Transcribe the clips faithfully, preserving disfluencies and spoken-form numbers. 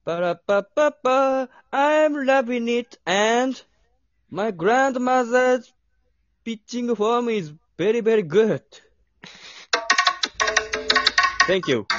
パラパパパ I'm loving it and my grandmother's pitching form is very very good. Thank you.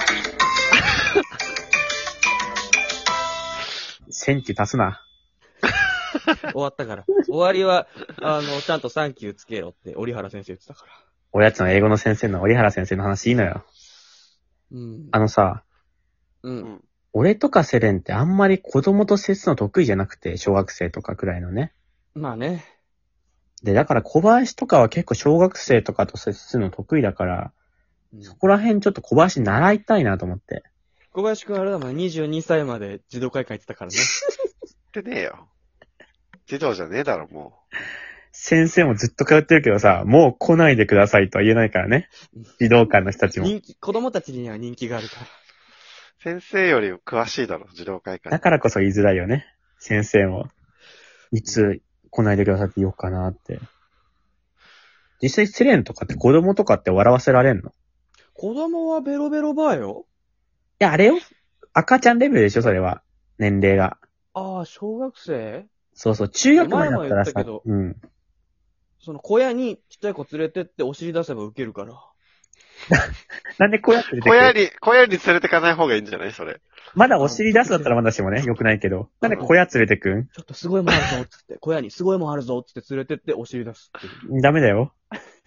センキュー足すな。 終わったから。終わりは、あの、ちゃんとサンキューつけろって折原先生言ってたから。 おやつの英語の先生の折原先生の話いいのよ。 うん。 あのさ、 うん。 俺とかセレンってあんまり子供と接すの得意じゃなくて、小学生とかくらいのね。 まあね。 で、だから小林とかは結構小学生とかと接するの得意だから、 うん、 そこら辺ちょっと小林習いたいなと思って。 小林くんあれだもん、にじゅうにさいまで児童会館行ってたからね。 言ってねえよ。児童じゃねえだろ、もう。 先生もずっと通ってるけどさ、もう来ないでくださいとは言えないからね。児童館の人たちも。 人気、子供たちには人気があるから。 先生より詳しいだろ、児童会館。 だからこそ言いづらいよね。先生も。いつ来ないでくださいって言おうかなって。実際セレンとかって子供とかって笑わせられんの？ 子供はベロベロバーよ。 いや、あれよ。赤ちゃんレベルでしょ、それは。年齢が。 ああ、小学生？ そうそう、中学までだったらさ前も言ったけど、 うん。 その小屋にちっちゃい子連れてってお尻出せばウケるから。 なんでこうやって出てくる？ 小屋に、小屋に連れてかない方がいいんじゃないそれ。 まだお尻出すだったらまだしもね、よくないけど。なんで小屋連れてくん？ ちょっとすごいもんあるぞっつって、小屋にすごいもんあるぞっつって連れてってお尻出すっていう。 ダメだよ。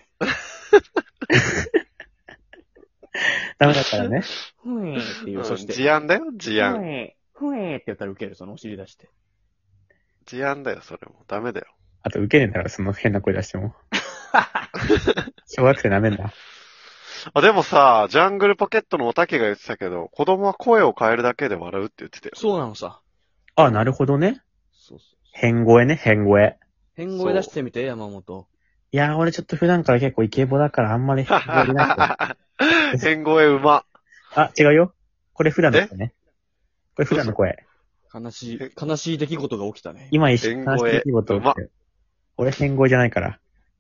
ダメだからね。 ふえーっていう、 うんそして。 事案だよ、事ふ案。 えー、ふえーって言ったらウケる、そのお尻出して。 事案だよ、それも。ダメだよ。 あと、受けねえんだから、その変な声出しても。小学生なめんな。 あ、でもさ、ジャングルポケットのおたけが言ってたけど、子供は声を変えるだけで笑うって言ってたよ。 そうなのさ。 あ、なるほどね。 そうそう。 変声ね、変声。 変声出してみて、山本。 いやー、俺ちょっと普段から結構イケボだからあんまり変声出なくて。 変声うま。 あ、違うよ。これ普段の声ね。これ普段の声。 悲しい、悲しい出来事が起きたね。 今一瞬話して出来事を変声うま俺変声じゃないから。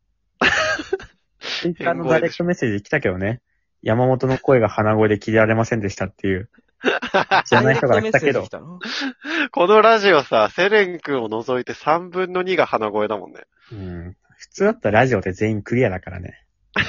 ツイッターのダイレクトメッセージ来たけどね。山本の声が鼻声で切られませんでしたっていう。知らない人から来たけど。 このラジオさ、セレン君を除いてさんぶんのにが鼻声だもんね。 うん。普通だったらラジオって全員クリアだからね。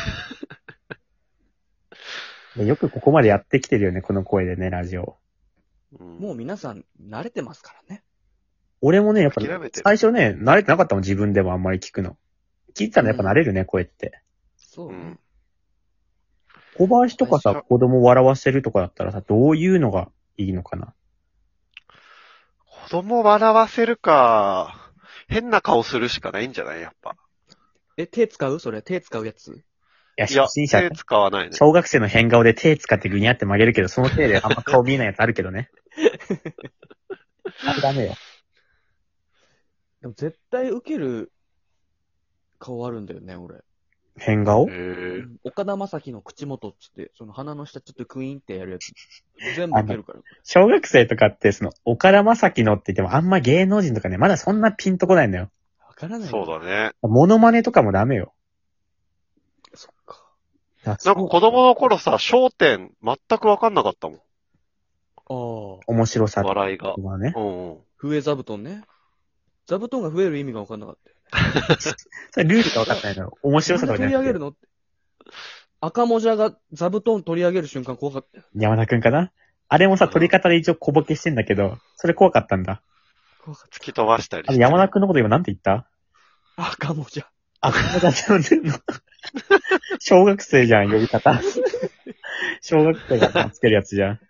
よくここまでやってきてるよね、この声でね、ラジオ。 うん、 もう皆さん慣れてますからね。 俺もね、やっぱ諦めてる最初ね、慣れてなかったもん、自分でもあんまり聞くの。聞いてたらやっぱ慣れるね、声って。 そうね。 うん小林とかさ、 最初子供笑わせるとかだったらさ、どういうのがいいのかな？ 子供笑わせるか、変な顔するしかないんじゃないやっぱ。 え、手使うそれ、手使うやつ？ いや、 いや、 初心者手使わないね。 小学生の変顔で手使ってグニャって曲げるけど、その手であんま顔見えないやつあるけどね。あれダメよ。 でも絶対受ける顔あるんだよね、俺。 変顔？ へぇ岡田将生の口元っつって、その鼻の下ちょっとクイーンってやるやつ。全部受けるから。 小学生とかって、その、岡田将生のって言ってもあんま芸能人とかね、まだそんなピンとこないんだよ。 わからない。 そうだね。 モノマネとかもダメよ。 そっか。 なんなんか子供の頃さ、焦点全くわかんなかったもん。 ああ。 面白さ笑いが。 まあね。 うんうん。 笛座布団ね。座布団が増える意味がわかんなかったよ。 それルールが分かってないの。面白さとかじゃなくて。 取り上げるのって。赤文字が座布団取り上げる瞬間怖かったよ。 山田くんかな？あれもさ、取り方で一応小ボケしてんだけど、それ怖かったんだ。 怖かっ突き飛ばしたりあれして。 山田くんのこと今なんて言った？ た。赤文字。 あ、友達の小学生じゃん、呼び方。小学生がつけるやつじゃん。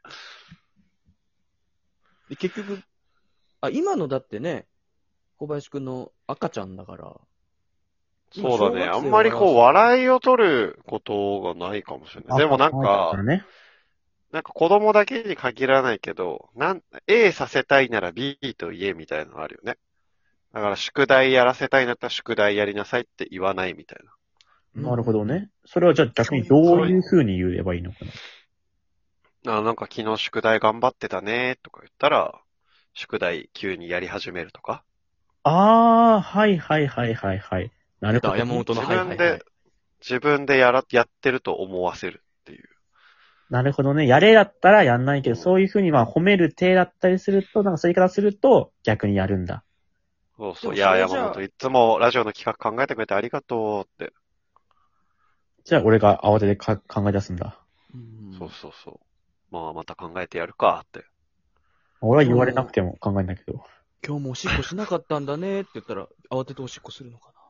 で結局、あ、今のだってね、小林くんの赤ちゃんだから。 そうだね。 今あんまりこう、笑いを取ることがないかもしれない。でもなんか、 ね、 なんか子供だけに限らないけど、なん、A させたいなら B と言えみたいなのあるよね。だから宿題やらせたいんだったら宿題やりなさいって言わないみたいな。 なるほどね。それはじゃあ逆にどういう風に言えばいいのかな。 あ、なんか昨日宿題頑張ってたねとか言ったら、宿題急にやり始めるとか。 あー、はいはいはいはいはい。なるほど。 山本の自分はいはいはいで、自分でやら、やってると思わせるっていう。 なるほどね。やれだったらやんないけど、そういうふうにまあ褒める体だったりすると、なんかそういう言い方すると逆にやるんだ。 そうそう。いでもや、 それじゃあ山本、いつもラジオの企画考えてくれてありがとうって。 じゃあ俺が慌ててか考え出すんだ。 うんそうそうそう。まあ、また考えてやるかって。 俺は言われなくても考えんだけど。 今日もおしっこしなかったんだねって言ったら、慌てておしっこするのかな。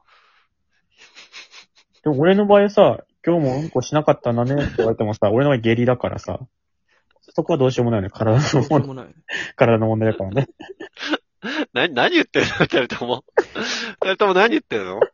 でも俺の場合さ、今日もうんこしなかったんだねって言われてもさ、俺の場合下痢だからさ、そこはどうしようもないよね。体どうの問題、 しようもない。 体の問題だからね。 な、何言ってんの二人とも。二人とも何言ってんの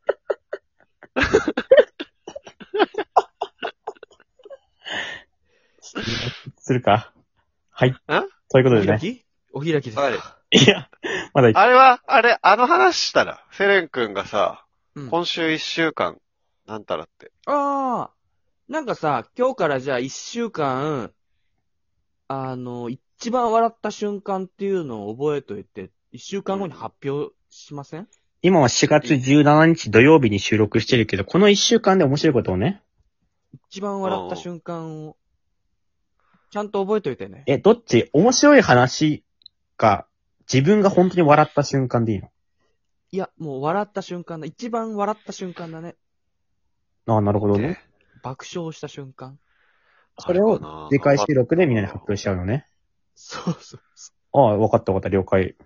するか。はい。 んそういうことでね。 お開きお開きですか。 はいいや、まだいあれは、あれ、あの話したら、セレン君がさ、 うん今週一週間、なんたらって。 ああ、なんかさ、今日からじゃあ一週間、あの、一番笑った瞬間っていうのを覚えといて、一週間後に発表しません？ 今はしがつじゅうしちにち土曜日に収録してるけど、このいっしゅうかんで面白いことをね。 一番笑った瞬間を、ちゃんと覚えといてね。 え、どっち面白い話か、自分が本当に笑った瞬間でいいの？ いや、もう笑った瞬間だ。一番笑った瞬間だね。 ああ、なるほどでね。 爆笑した瞬間。 それを次回収録でみんなに発表しちゃうのね。 そうそうそああ、わかったわかった、了解。 う。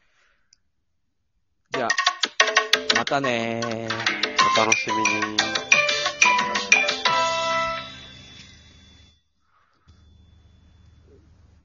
じゃあ、またねー。 お楽しみに。